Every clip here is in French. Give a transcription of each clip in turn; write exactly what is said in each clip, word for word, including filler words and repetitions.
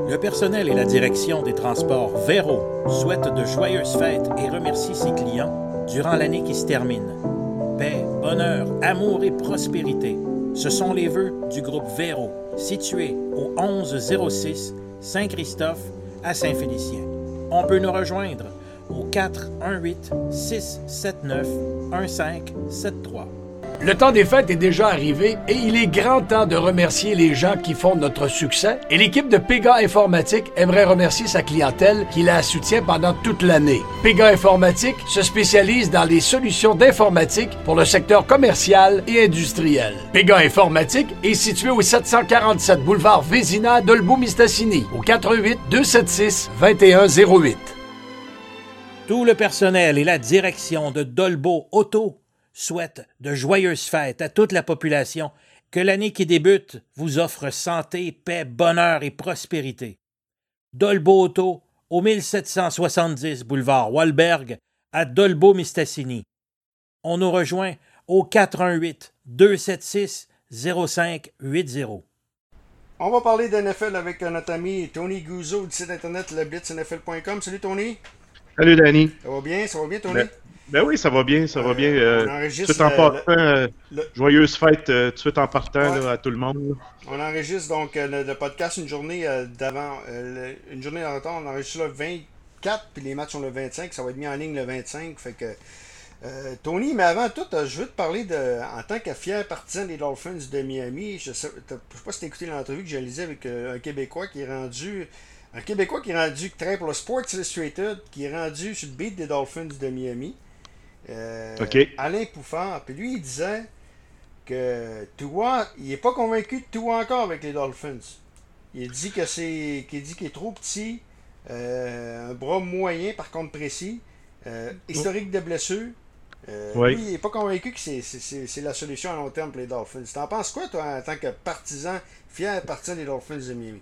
Le personnel et la direction des transports Véro souhaitent de joyeuses fêtes et remercient ses clients durant l'année qui se termine. Paix, bonheur, amour et prospérité. Ce sont les vœux du groupe Véro, situé au onze zéro six Saint-Christophe à Saint-Félicien. On peut nous rejoindre au quatre un huit six sept neuf un cinq sept trois. Le temps des fêtes est déjà arrivé et il est grand temps de remercier les gens qui font notre succès. Et l'équipe de Pega Informatique aimerait remercier sa clientèle qui la soutient pendant toute l'année. Pega Informatique se spécialise dans les solutions d'informatique pour le secteur commercial et industriel. Pega Informatique est situé au sept cent quarante-sept boulevard Vézina à Dolbeau-Mistassini, au quatre un huit deux sept six deux un zéro huit. Tout le personnel et la direction de Dolbeau Auto souhaite de joyeuses fêtes à toute la population, que l'année qui débute vous offre santé, paix, bonheur et prospérité. Dolbeau Auto, au mille sept cent soixante-dix boulevard Walberg, à Dolbeau-Mistassini. On nous rejoint au quatre un huit deux sept six zéro cinq huit zéro. On va parler de N F L avec notre ami Tony Guzzo du site internet le blitz N F L point com. Salut Tony. Salut Danny. Ça va bien, ça va bien Tony? Ben, ben oui, ça va bien, ça va euh, bien. Euh, on enregistre tout en le, partant, le, le... joyeuse fête euh, tout de suite en partant ouais. là, à tout le monde. Là. On enregistre donc le, le podcast une journée euh, d'avant, euh, le, une journée en retard. On enregistre le vingt-quatre, puis les matchs sont le vingt-cinq. Ça va être mis en ligne le vingt-cinq. Fait que euh, Tony, mais avant tout, euh, je veux te parler de, en tant que fier partisan des Dolphins de Miami. Je sais, je sais pas si tu as écouté l'entrevue que j'ai réalisée avec euh, un Québécois qui est rendu. Un Québécois qui est rendu très pour le Sports Illustrated, qui est rendu sur le beat des Dolphins de Miami. Euh, okay. Alain Pouffard. Puis lui, il disait que Tua, il est pas convaincu de Tua encore avec les Dolphins. Il dit que c'est, qu'il dit qu'il est trop petit, euh, un bras moyen, par contre précis, euh, historique de blessures. Euh, oui. Lui, il n'est pas convaincu que c'est, c'est, c'est, c'est la solution à long terme pour les Dolphins. T'en penses quoi, toi, en tant que partisan, fier partisan des Dolphins de Miami?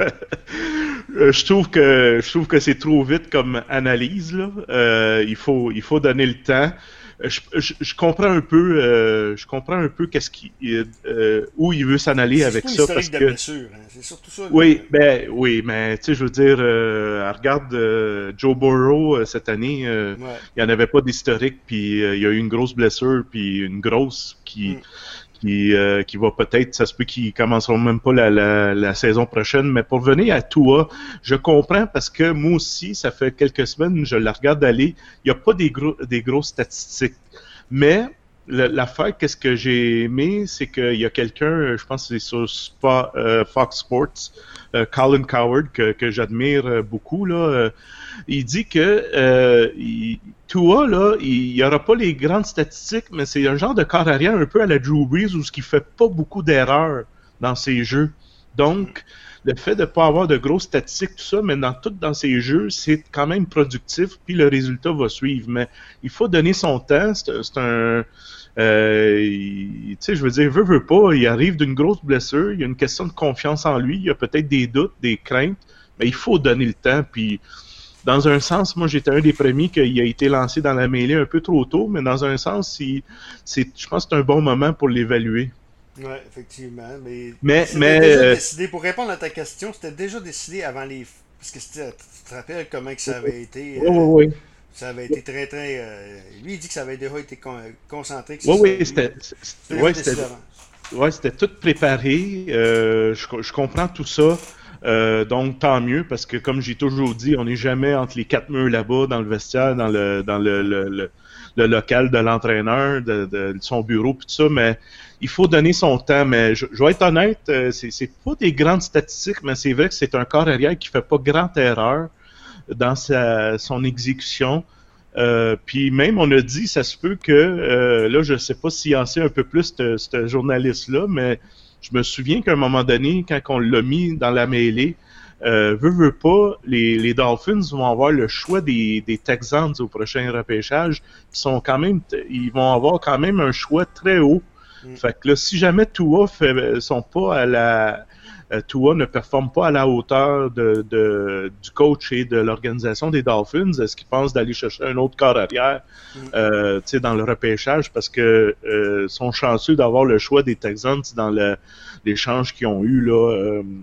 je trouve que je trouve que c'est trop vite comme analyse. Là. Euh, il faut il faut donner le temps. Je, je, je comprends un peu euh, je comprends un peu qu'est-ce qui euh, où il veut s'en aller c'est avec ça parce de que blessure, hein. C'est surtout ça. Oui, le... ben oui, mais tu sais, je veux dire, euh, regarde euh, Joe Burrow euh, cette année, euh, ouais. il n'y en avait pas d'historique, puis euh, il y a eu une grosse blessure, puis une grosse qui mm. qui euh, qui va peut-être, ça se peut qu'ils commenceront même pas la, la, la saison prochaine. Mais pour venir à Tua, je comprends parce que moi aussi, ça fait quelques semaines, je la regarde aller, il n'y a pas des gros des grosses statistiques, mais l'affaire, qu'est-ce que j'ai aimé, c'est qu'il y a quelqu'un, je pense que c'est sur Spa, euh, Fox Sports, euh, Colin Cowherd, que, que j'admire beaucoup, là. Euh, il dit que euh, il, Tua, là, il n'y aura pas les grandes statistiques, mais c'est un genre de corps arrière un peu à la Drew Brees où ce qui fait pas beaucoup d'erreurs dans ses jeux. Donc, le fait de ne pas avoir de grosses statistiques, tout ça, mais dans tout dans ses jeux, c'est quand même productif, puis le résultat va suivre. Mais il faut donner son temps. C'est, c'est un... Euh, tu sais, je veux dire, veut, veut pas, il arrive d'une grosse blessure, il y a une question de confiance en lui, il y a peut-être des doutes, des craintes, mais il faut donner le temps, puis dans un sens, moi, j'étais un des premiers qui a été lancé dans la mêlée un peu trop tôt, mais dans un sens, il, c'est, je pense que c'est un bon moment pour l'évaluer. Oui, effectivement. Mais, mais, c'était mais déjà euh, décidé, pour répondre à ta question, c'était déjà décidé avant les... Parce que c'était, tu te rappelles comment que ça avait été... Oui, oui, oui. Ça avait été très, très... Euh, lui, il dit que ça avait déjà été con, concentré. Oui, oui, c'était... c'était, ouais, c'était, ouais, c'était tout préparé. Euh, je, je comprends tout ça. Euh, donc, tant mieux, parce que comme j'ai toujours dit, on n'est jamais entre les quatre murs là-bas, dans le vestiaire, dans le dans le, le, le, le local de l'entraîneur, de, de son bureau, puis tout ça, mais il faut donner son temps. Mais je, je vais être honnête, c'est, c'est pas des grandes statistiques, mais c'est vrai que c'est un corps arrière qui fait pas grande erreur dans sa, son exécution. Euh, puis même, on a dit, ça se peut que, euh, là, je sais pas s'il en sait un peu plus, ce, ce journaliste-là, mais je me souviens qu'à un moment donné, quand on l'a mis dans la mêlée, euh, veut, veut pas, les, les Dolphins vont avoir le choix des, des Texans au prochain repêchage, qui sont quand même, ils vont avoir quand même un choix très haut. Mm. Fait que là, si jamais Tua fait, sont pas à la, Tua ne performe pas à la hauteur de, de, du coach et de l'organisation des Dolphins, est-ce qu'ils pensent d'aller chercher un autre corps arrière mm. euh, dans le repêchage parce que euh, sont chanceux d'avoir le choix des Texans dans le, l'échange qu'ils ont eu là, euh,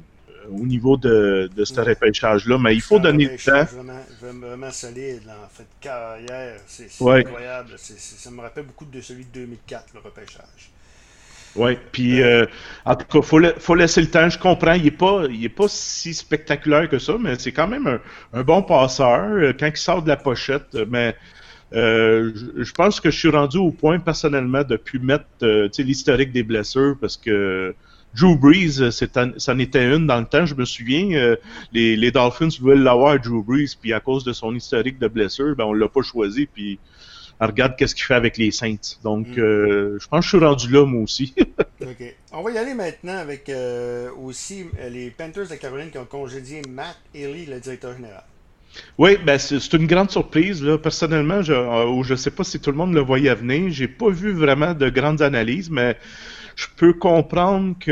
au niveau de, de ce repêchage-là. Mais il faut C'est un donner le repêchage temps. Vraiment, vraiment, vraiment solide, là, en fait, carrière. C'est c'est Ouais. incroyable. C'est- c'est- ça me rappelle beaucoup de celui de deux mille quatre, le repêchage. Oui, puis euh, en tout cas, faut, la- faut laisser le temps. Je comprends, il est pas, il est pas si spectaculaire que ça, mais c'est quand même un, un bon passeur euh, quand il sort de la pochette. euh, Mais euh, je, je pense que je suis rendu au point personnellement de plus mettre euh, tu sais, l'historique des blessures parce que Drew Brees, euh, c'est un- c'en était une dans le temps. Je me souviens, euh, les, les Dolphins voulaient l'avoir Drew Brees, puis à cause de son historique de blessures, ben on l'a pas choisi, puis on regarde qu'est-ce qu'il fait avec les Saints. Donc, Mm. euh, je pense que je suis rendu là moi aussi. OK. On va y aller maintenant avec euh, aussi euh, les Panthers de Caroline qui ont congédié Matt Haley, le directeur général. Oui, ben c'est c'est une grande surprise. Là. Personnellement, je ne je sais pas si tout le monde le voyait venir. J'ai pas vu vraiment de grandes analyses, mais je peux comprendre que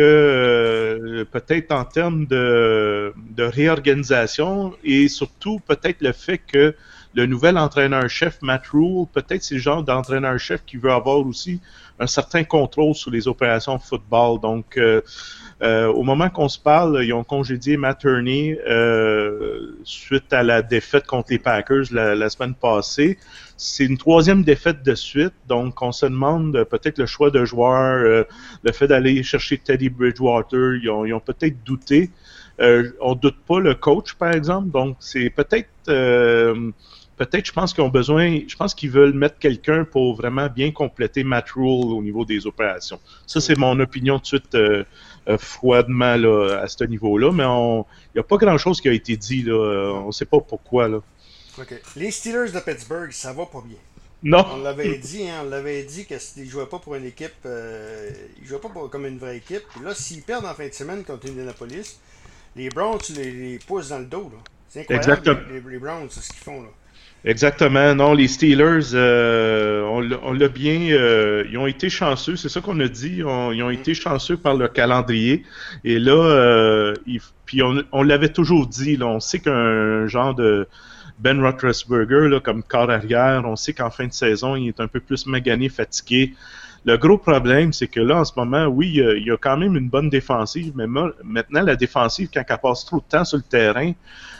euh, peut-être en termes de, de réorganisation et surtout peut-être le fait que le nouvel entraîneur-chef, Matt Rule, peut-être c'est le genre d'entraîneur-chef qui veut avoir aussi un certain contrôle sur les opérations de football. Donc, euh, euh, au moment qu'on se parle, ils ont congédié Matt Hurney euh, suite à la défaite contre les Packers la, la semaine passée. C'est une troisième défaite de suite, donc on se demande euh, peut-être le choix de joueurs, euh, le fait d'aller chercher Teddy Bridgewater, ils ont, ils ont peut-être douté. Euh, on doute pas le coach, par exemple, donc c'est peut-être... Euh, Peut-être, je pense qu'ils ont besoin, je pense qu'ils veulent mettre quelqu'un pour vraiment bien compléter Matt Rule au niveau des opérations. Ça, c'est mon opinion tout de suite euh, euh, froidement là, à ce niveau-là, mais il n'y a pas grand-chose qui a été dit. Là. On ne sait pas pourquoi. Là. OK. Les Steelers de Pittsburgh, ça va pas bien. Non. On l'avait dit, hein, on l'avait dit qu'ils ne jouaient pas pour une équipe, euh, ils jouaient pas pour, comme une vraie équipe. Puis là, s'ils perdent en fin de semaine contre Indianapolis, les Browns les, les poussent dans le dos. Là. C'est incroyable, Exactement. les, les, les Browns, c'est ce qu'ils font. Là. Exactement. Non, les Steelers, euh, on l'a on l'a bien, euh, ils ont été chanceux. C'est ça qu'on a dit. On- ils ont été chanceux par le calendrier. Et là, euh, ils- puis on, on l'avait toujours dit. Là, on sait qu'un genre de Ben Roethlisberger, là, comme corps arrière, on sait qu'en fin de saison, il est un peu plus magané, fatigué. Le gros problème, c'est que là, en ce moment, oui, il y a, il y a quand même une bonne défensive, mais ma- maintenant, la défensive, quand elle passe trop de temps sur le terrain,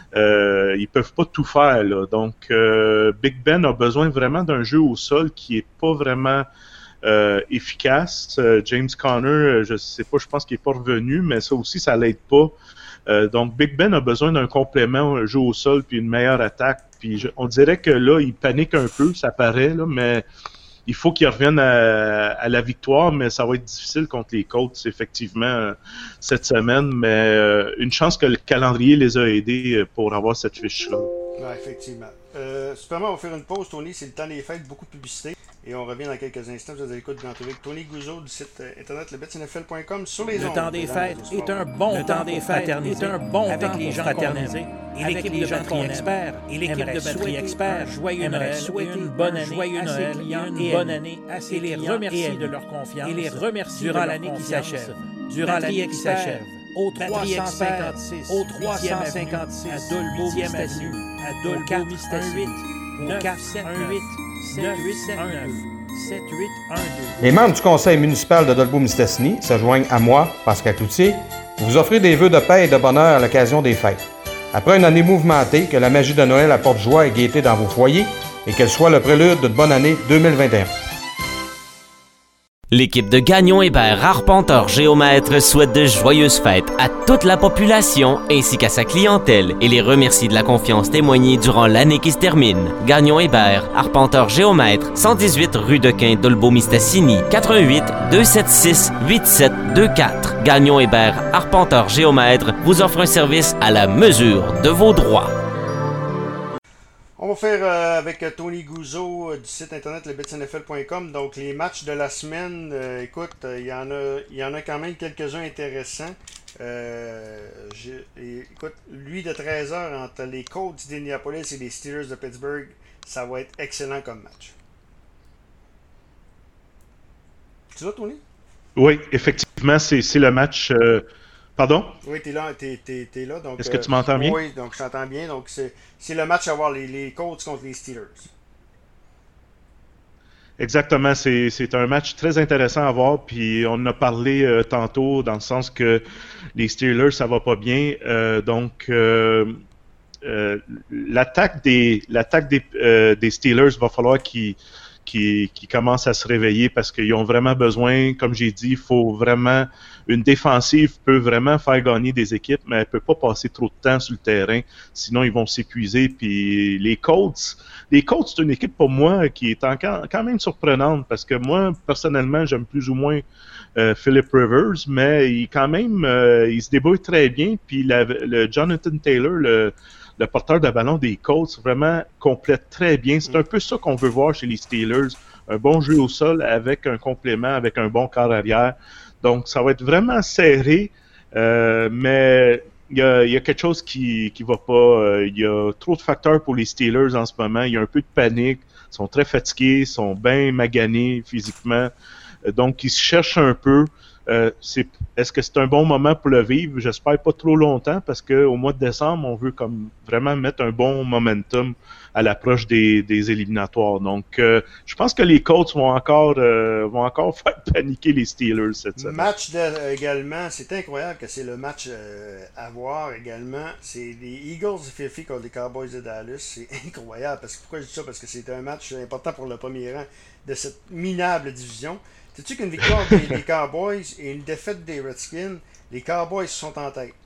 euh, ils peuvent pas tout faire. Là. Donc, euh, Big Ben a besoin vraiment d'un jeu au sol qui est pas vraiment euh, efficace. Euh, James Conner, je sais pas, je pense qu'il est pas revenu, mais ça aussi, ça l'aide pas. Euh, donc, Big Ben a besoin d'un complément, un jeu au sol, puis une meilleure attaque. Puis, je- on dirait que là, il panique un peu, ça paraît, là, mais il faut qu'ils reviennent à, à la victoire, mais ça va être difficile contre les Colts, effectivement, euh, cette semaine. Mais euh, une chance que le calendrier les a aidés euh, pour avoir cette fiche-là. Ouais, effectivement. Euh, Superman, on va faire une pause, Tony. C'est le temps des fêtes, beaucoup de publicité. Et on revient dans quelques instants. Vous êtes à l'écoute de avec Tony Gouzeau du site euh, internet le bet N F L point com sur les Le ondes. temps des fêtes est un bon temps des fêtes est un bon avec les gens fraternisés et l'équipe de batterie expert et l'équipe de batterie expert joyeux Noël souhaiter une bonne année joyeux Noël et une bonne année à ses les remercier de leur confiance et les remercier durant l'année qui s'achève durant l'année qui s'achève au trois cent cinquante-six au trois cent cinquanté-six à Dolbeau Mistassini à Dolbeau Mistassini au quatre sept un huit neuf huit un neuf sept huit un deux. Les membres du conseil municipal de Dolbeau-Mistassini se joignent à moi, Pascal Cloutier, pour vous offrir des vœux de paix et de bonheur à l'occasion des fêtes. Après une année mouvementée, que la magie de Noël apporte joie et gaieté dans vos foyers et qu'elle soit le prélude d'une bonne année deux mille vingt et un. L'équipe de Gagnon Hébert Arpenteur Géomètre souhaite de joyeuses fêtes à toute la population ainsi qu'à sa clientèle et les remercie de la confiance témoignée durant l'année qui se termine. Gagnon Hébert Arpenteur Géomètre, cent dix-huit rue de Quin, Dolbeau-Mistassini, quatre un huit deux sept six huit sept deux quatre. Gagnon Hébert Arpenteur Géomètre vous offre un service à la mesure de vos droits. On va faire euh, avec euh, Tony Gouzeau euh, du site internet le bet N F L point com. Donc les matchs de la semaine, euh, écoute, il euh, y en a il y en a quand même quelques-uns intéressants. Euh, j'ai- et, écoute, lui de treize heures entre les Colts d'Indianapolis et les Steelers de Pittsburgh, ça va être excellent comme match. Tu vois, Tony? Oui, effectivement, c'est c'est le match. euh, Pardon? Oui, t'es là, t'es, t'es, t'es là. Donc, Est-ce que tu m'entends bien? Oui, donc je t'entends bien. Donc c'est, c'est le match à voir les, les Colts contre les Steelers. Exactement, c'est, c'est un match très intéressant à voir, puis on en a parlé euh, tantôt dans le sens que les Steelers, ça va pas bien, euh, donc euh, euh, l'attaque des l'attaque des, euh, des Steelers va falloir qu'ils qui, qui commencent à se réveiller parce qu'ils ont vraiment besoin, comme j'ai dit, il faut vraiment, une défensive peut vraiment faire gagner des équipes, mais elle peut pas passer trop de temps sur le terrain, sinon ils vont s'épuiser. Puis les Colts, les Colts, c'est une équipe pour moi qui est encore, quand même surprenante parce que moi, personnellement, j'aime plus ou moins euh, Philip Rivers, mais il quand même, euh, il se débrouille très bien. Puis la, le Jonathan Taylor, le le porteur de ballon des Colts, vraiment complète très bien. C'est un peu ça qu'on veut voir chez les Steelers. Un bon jeu au sol avec un complément, avec un bon quart arrière. Donc, ça va être vraiment serré, euh, mais il y a, y a quelque chose qui qui va pas. Il y a trop de facteurs pour les Steelers en ce moment. Il y a un peu de panique. Ils sont très fatigués, ils sont bien maganés physiquement. Donc, ils se cherchent un peu. Euh, c'est, est-ce que c'est un bon moment pour le vivre? J'espère pas trop longtemps parce qu'au mois de décembre, on veut comme vraiment mettre un bon momentum à l'approche des, des éliminatoires. Donc, euh, je pense que les Colts vont encore euh, vont encore faire paniquer les Steelers cette semaine. Match de, également, c'est incroyable que c'est le match euh, à voir également. C'est les Eagles de Philadelphie contre les Cowboys de Dallas. C'est incroyable. Parce que, pourquoi je dis ça? Parce que c'est un match important pour le premier rang de cette minable division. Sais-tu qu'une victoire des, des Cowboys et une défaite des Redskins, les Cowboys sont en tête.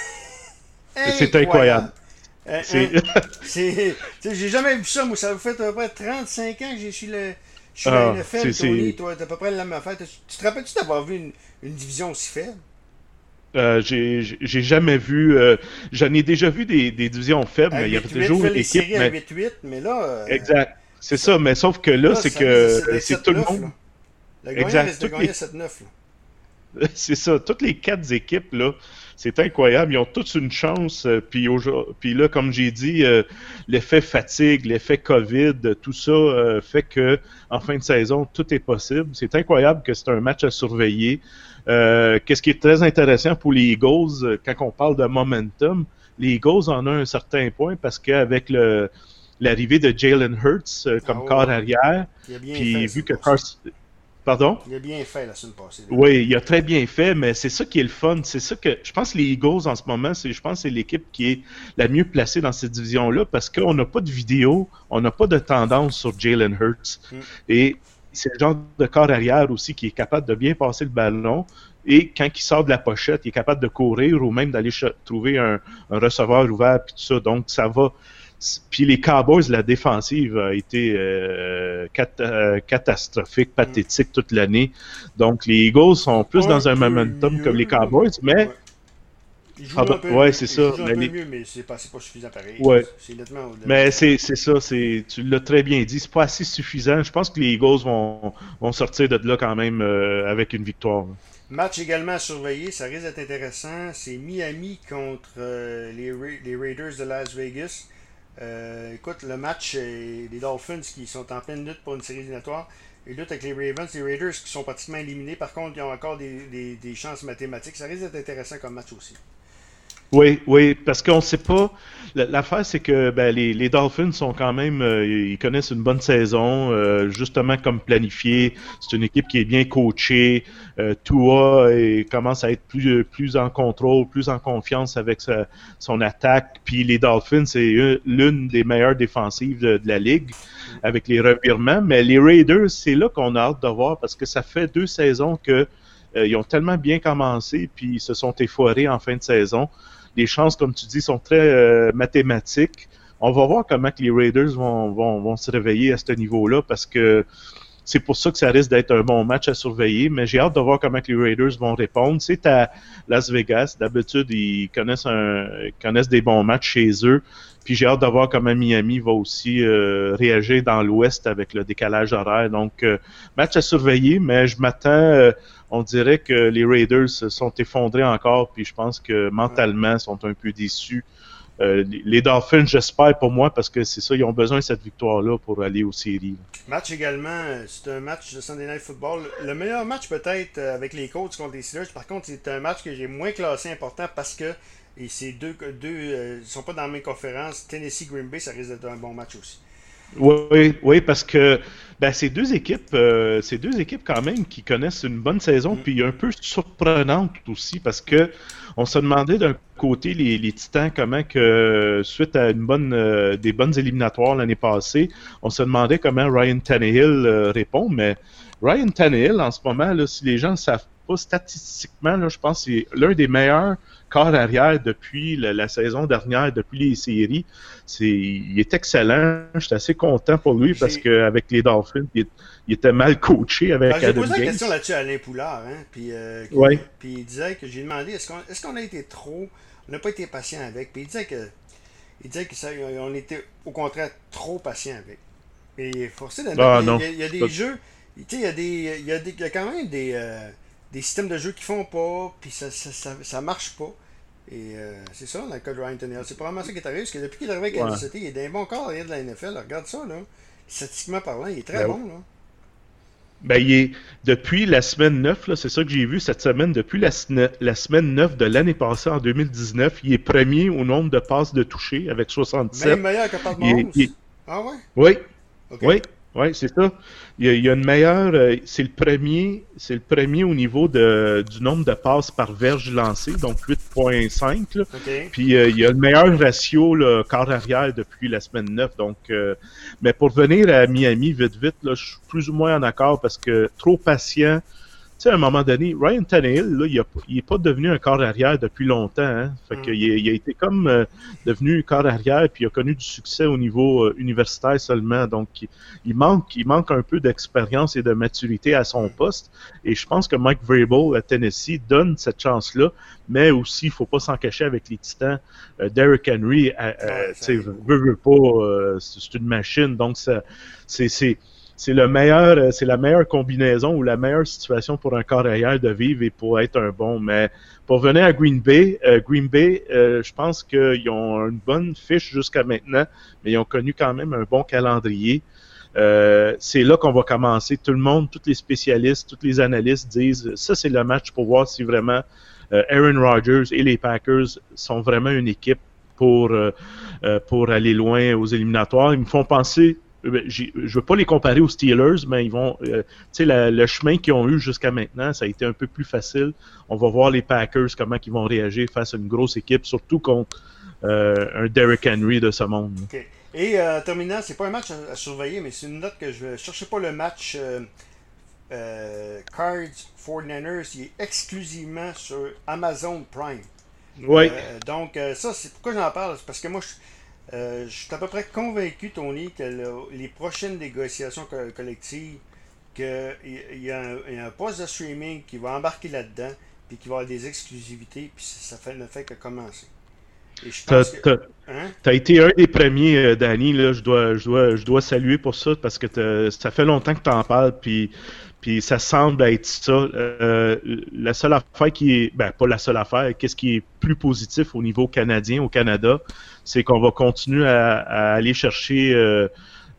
C'est incroyable. Euh, c'est... Hein, c'est... J'ai jamais vu ça, moi. Ça vous fait à peu près trente-cinq ans que je suis le. Je suis ah, la N F L, c'est, Tony. C'est... Toi, t'as à peu près la même affaire. Tu te rappelles-tu d'avoir vu une, une division aussi faible? Euh, j'ai, j'ai jamais vu. Euh, j'en ai déjà vu des, des divisions faibles, mais il y avait toujours une équipe. Les séries à huit huit, mais là. Euh... Exact. C'est ça, mais sauf que là, là c'est que c'est, c'est tout le monde. Là. Le gagnant risque de gagner sept neuf. C'est ça. Toutes les quatre équipes, là, c'est incroyable. Ils ont toutes une chance. Euh, puis, puis là, comme j'ai dit, euh, l'effet fatigue, l'effet COVID, tout ça euh, fait que en fin de saison, tout est possible. C'est incroyable que c'est un match à surveiller. Euh, qu'est-ce qui est très intéressant pour les Eagles, quand on parle de momentum, les Eagles en ont un certain point parce qu'avec le, l'arrivée de Jalen Hurts euh, comme ah, quart arrière, puis vu que Carson... Pardon? Il a bien fait la semaine passée. Là. Oui, il a très bien fait, mais c'est ça qui est le fun. C'est ça que je pense que les Eagles en ce moment, c'est, je pense que c'est l'équipe qui est la mieux placée dans cette division-là parce qu'on n'a pas de vidéo, on n'a pas de tendance sur Jalen Hurts. Mm. Et c'est le genre de corps arrière aussi qui est capable de bien passer le ballon. Et quand il sort de la pochette, il est capable de courir ou même d'aller ch- trouver un, un receveur ouvert puis tout ça. Donc, ça va. Puis les Cowboys, la défensive a été euh, cat- euh, catastrophique, pathétique toute l'année. Donc les Eagles sont plus ouais, dans un momentum mieux, que les Cowboys, mais ouais. Ils jouent ah, un peu ouais, mieux, c'est ils ça. jouent Mais un peu les... mieux, mais c'est pas, c'est pas suffisant pareil. Ouais. C'est nettement mais c'est, c'est ça, c'est, tu l'as très bien dit, c'est pas assez suffisant. Je pense que les Eagles vont, vont sortir de là quand même euh, avec une victoire. Match également à surveiller, ça risque d'être intéressant. C'est Miami contre euh, les, Ra- les Raiders de Las Vegas. Euh, écoute, le match, euh, les Dolphins qui sont en pleine lutte pour une série éliminatoire, ils luttent avec les Ravens, les Raiders qui sont pratiquement éliminés. Par contre, ils ont encore des, des, des chances mathématiques. Ça risque d'être intéressant comme match aussi. Oui, oui, parce qu'on ne sait pas. L'affaire, c'est que ben, les, les Dolphins sont quand même, euh, ils connaissent une bonne saison, euh, justement comme planifié. C'est une équipe qui est bien coachée. Euh, Tua et commence à être plus, plus en contrôle, plus en confiance avec sa, son attaque. Puis les Dolphins, c'est une, l'une des meilleures défensives de, de la ligue avec les revirements. Mais les Raiders, c'est là qu'on a hâte de voir parce que ça fait deux saisons que euh, ils ont tellement bien commencé puis ils se sont efforés en fin de saison. Les chances, comme tu dis, sont très euh, mathématiques. On va voir comment que les Raiders vont, vont, vont se réveiller à ce niveau-là parce que c'est pour ça que ça risque d'être un bon match à surveiller. Mais j'ai hâte de voir comment que les Raiders vont répondre. C'est à Las Vegas. D'habitude, ils connaissent, un, ils connaissent des bons matchs chez eux. Puis j'ai hâte de voir comment Miami va aussi euh, réagir dans l'Ouest avec le décalage horaire. Donc, euh, match à surveiller, mais je m'attends... Euh, on dirait que les Raiders sont effondrés encore, puis je pense que mentalement, ils sont un peu déçus. Euh, les Dolphins, j'espère pour moi, parce que c'est ça, ils ont besoin de cette victoire-là pour aller aux séries. Match également, c'est un match de Sunday Night Football. Le meilleur match peut-être avec les Colts contre les Steelers. Par contre, c'est un match que j'ai moins classé important parce que et ces deux, deux euh, ils sont pas dans la même conférence. Tennessee Green Bay, ça risque d'être un bon match aussi. Oui, oui, parce que ben, c'est deux équipes, euh, c'est deux équipes quand même qui connaissent une bonne saison, Mm. puis un peu surprenante aussi, parce que on se demandait d'un côté les, les Titans comment que suite à une bonne, euh, des bonnes éliminatoires l'année passée, on se demandait comment Ryan Tannehill euh, répond, mais Ryan Tannehill en ce moment, là, si les gens ne savent pas statistiquement, là, je pense que c'est l'un des meilleurs corps arrière depuis la, la saison dernière, depuis les séries. C'est, il est excellent. Je suis assez content pour lui parce J'ai- qu'avec les Dolphins, il, il était mal coaché avec Ben, j'ai Adam posé la Gates. question là-dessus à Alain Poulard, hein, puis, euh, qui- Ouais. puis il disait que j'ai demandé est-ce qu'on est-ce qu'on a été trop, on n'a pas été patient avec, puis il disait que il disait que ça, on était au contraire trop patient avec. Et forcé d'admettre, Ah, il y a- non. il y a, il y a des jeux, tu sais, il y a des, il y a des, il y a quand même des, euh, des systèmes de jeu qui font pas, puis ça, ça, ça, ça marche pas. Et euh, c'est ça, dans le cas de Ryan Tannehill. C'est probablement ça qui est arrivé, parce que depuis qu'il est arrivé avec Ouais. Kansas City, il est d'un bon corps arrière de la N F L. Là. Regarde ça, là. Statistiquement parlant, il est très Ben bon, là. Ben, il est, depuis la semaine neuf, là, c'est ça que j'ai vu cette semaine, depuis la, sne- la semaine neuf de l'année passée, en deux mille dix-neuf, il est premier au nombre de passes de toucher avec soixante-sept. Même meilleur que Pat Il est- Mahomes. il est- Ah ouais? Oui, Ok. oui, oui, c'est ça. Il y a, il y a une meilleure, euh, c'est le premier, c'est le premier au niveau de, du nombre de passes par verge lancée, donc huit virgule cinq. Là. Ok. Puis euh, il y a le meilleur ratio là, quart arrière depuis la semaine neuf. Donc, euh, mais pour venir à Miami vite vite, là, je suis plus ou moins en accord parce que trop patient. Tu sais, à un moment donné, Ryan Tannehill, là, il, a, il est pas devenu un quart arrière depuis longtemps. Hein? Fait Mm. que il, a, il a été comme euh, devenu quart arrière, puis il a connu du succès au niveau euh, universitaire seulement. Donc, il, il manque, il manque un peu d'expérience et de maturité à son poste. Et je pense que Mike Vrabel à Tennessee donne cette chance-là, mais aussi, il faut pas s'en cacher avec les Titans. Euh, Derrick Henry, euh, Ouais, tu sais, veut, veut pas, euh, c'est une machine. Donc, ça, c'est, c'est c'est le meilleur, c'est la meilleure combinaison ou la meilleure situation pour un corps arrière de vivre et pour être un bon. Mais pour venir à Green Bay, euh, Green Bay, euh, je pense qu'ils ont une bonne fiche jusqu'à maintenant, mais ils ont connu quand même un bon calendrier. Euh, c'est là qu'on va commencer. Tout le monde, tous les spécialistes, tous les analystes disent ça, c'est le match pour voir si vraiment euh, Aaron Rodgers et les Packers sont vraiment une équipe pour, euh, pour aller loin aux éliminatoires. Ils me font penser. Je ne veux pas les comparer aux Steelers, mais ils vont, euh, tu sais, le chemin qu'ils ont eu jusqu'à maintenant, ça a été un peu plus facile. On va voir les Packers comment ils vont réagir face à une grosse équipe, surtout contre euh, un Derrick Henry de ce monde. Ok. Et euh, en terminant, c'est pas un match à, à surveiller, mais c'est une note que je ne cherchais pas le match euh, euh, Cards forty-niners, il est exclusivement sur Amazon Prime. Oui. Euh, donc euh, ça, c'est pourquoi j'en parle, c'est parce que moi je Euh, je suis à peu près convaincu, Tony, que le, les prochaines négociations co- collectives, qu'il y, y, a un poste de streaming qui va embarquer là-dedans, puis qui va avoir des exclusivités, puis ça fait, ne fait que commencer. Et je pense t'as, que... t'as, Hein? t'as été un des premiers, euh, Danny, là, je dois, je dois, je dois saluer pour ça, parce que ça fait longtemps que tu en parles, puis Puis ça semble être ça. Euh, la seule affaire qui est, ben pas la seule affaire, qu'est-ce qui est plus positif au niveau canadien, au Canada, c'est qu'on va continuer à, à aller chercher euh,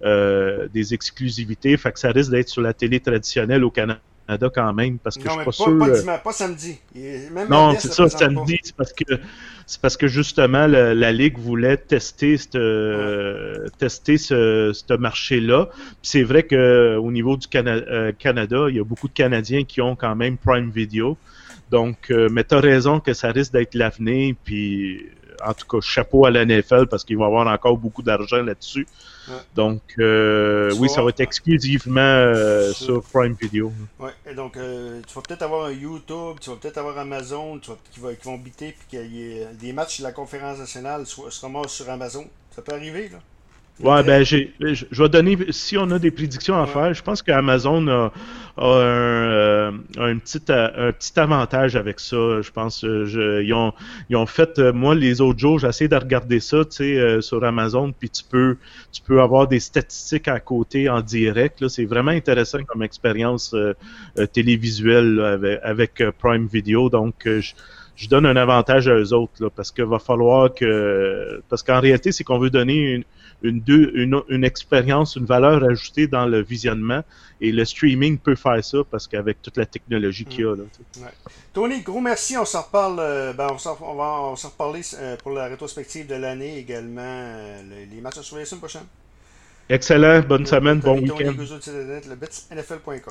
euh, des exclusivités. Fait que ça risque d'être sur la télé traditionnelle au Canada quand même, parce que non, je suis mais pas, pas, sûr. pas dimanche, pas samedi. Même non, R D S c'est le ça, présente samedi, c'est parce que c'est parce que justement la, la Ligue voulait tester ce Ouais. tester ce, ce marché-là. Puis c'est vrai que au niveau du Cana- euh, Canada, il y a beaucoup de Canadiens qui ont quand même Prime Video. Donc, euh, mais t'as raison que ça risque d'être l'avenir. Puis, en tout cas, chapeau à la N F L parce qu'ils vont avoir encore beaucoup d'argent là-dessus. Ouais. Donc, euh, Tu oui, vas- ça va être exclusivement euh, Sur- sur Prime Video. Ouais, et donc euh, tu vas peut-être avoir un YouTube, tu vas peut-être avoir Amazon, tu vas, qui, va, qui vont biter, puis qu'il y ait des matchs de la conférence nationale soit, se ramassent sur Amazon. Ça peut arriver, là. Ouais, ben, j'ai, je, je vais donner, si on a des prédictions à Ouais. faire, je pense qu'Amazon a, a un, euh, un, petit, un petit avantage avec ça. Je pense, je, ils, ont, ils ont fait, moi, les autres jours, j'ai essayé de regarder ça, tu sais, euh, sur Amazon, puis tu peux, tu peux avoir des statistiques à côté en direct, là. C'est vraiment intéressant comme expérience euh, euh, télévisuelle là, avec, avec euh, Prime Video. Donc, euh, je, je donne un avantage à eux autres, là, parce qu'il va falloir que, parce qu'en réalité, c'est qu'on veut donner une Une, deux, une, une expérience, une valeur ajoutée dans le visionnement. Et le streaming peut faire ça parce qu'avec toute la technologie qu'il y a. Là, Ouais. Tony, gros merci. On s'en reparle. Euh, ben, on, s'en, on va on s'en reparler euh, pour la rétrospective de l'année également. Euh, les, les matchs à surveiller la semaine prochaine. Excellent. Bonne semaine. Bon Tony week-end. Guzzo de N F L point com.